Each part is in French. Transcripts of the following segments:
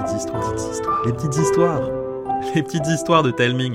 petites histoires, les petites histoires, les petites histoires de Telming.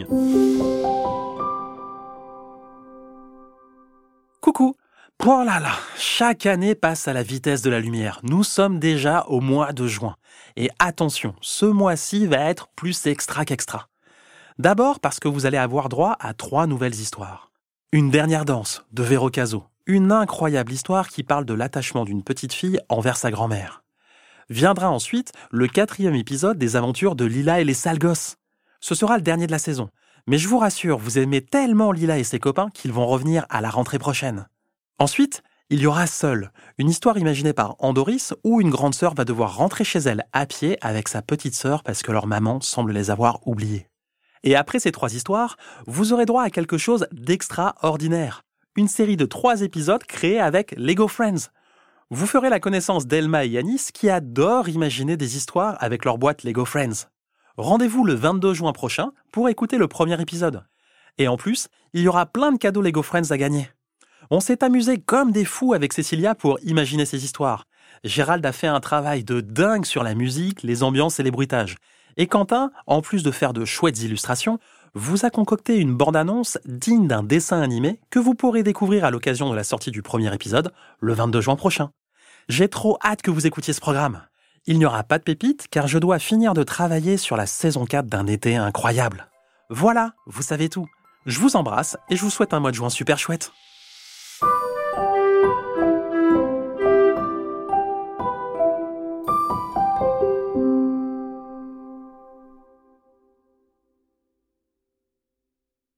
Coucou. Oh là là, chaque année passe à la vitesse de la lumière. Nous sommes déjà au mois de juin. Et attention, ce mois-ci va être plus extra qu'extra. D'abord parce que vous allez avoir droit à 3 nouvelles histoires. Une dernière danse de Véro Cazot. Une incroyable histoire qui parle de l'attachement d'une petite fille envers sa grand-mère. Viendra ensuite le 4e épisode des aventures de Lila et les sales gosses. Ce sera le dernier de la saison. Mais je vous rassure, vous aimez tellement Lila et ses copains qu'ils vont revenir à la rentrée prochaine. Ensuite, il y aura Seul, une histoire imaginée par Andoris où une grande sœur va devoir rentrer chez elle à pied avec sa petite sœur parce que leur maman semble les avoir oubliés. Et après ces 3 histoires, vous aurez droit à quelque chose d'extraordinaire. Une série de 3 épisodes créés avec Lego Friends. Vous ferez la connaissance d'Elma et Yanis qui adorent imaginer des histoires avec leur boîte Lego Friends. Rendez-vous le 22 juin prochain pour écouter le premier épisode. Et en plus, il y aura plein de cadeaux Lego Friends à gagner. On s'est amusé comme des fous avec Cécilia pour imaginer ces histoires. Gérald a fait un travail de dingue sur la musique, les ambiances et les bruitages. Et Quentin, en plus de faire de chouettes illustrations, vous a concocté une bande-annonce digne d'un dessin animé que vous pourrez découvrir à l'occasion de la sortie du premier épisode, le 22 juin prochain. J'ai trop hâte que vous écoutiez ce programme. Il n'y aura pas de pépites car je dois finir de travailler sur la saison 4 d'un été incroyable. Voilà, vous savez tout. Je vous embrasse et je vous souhaite un mois de juin super chouette.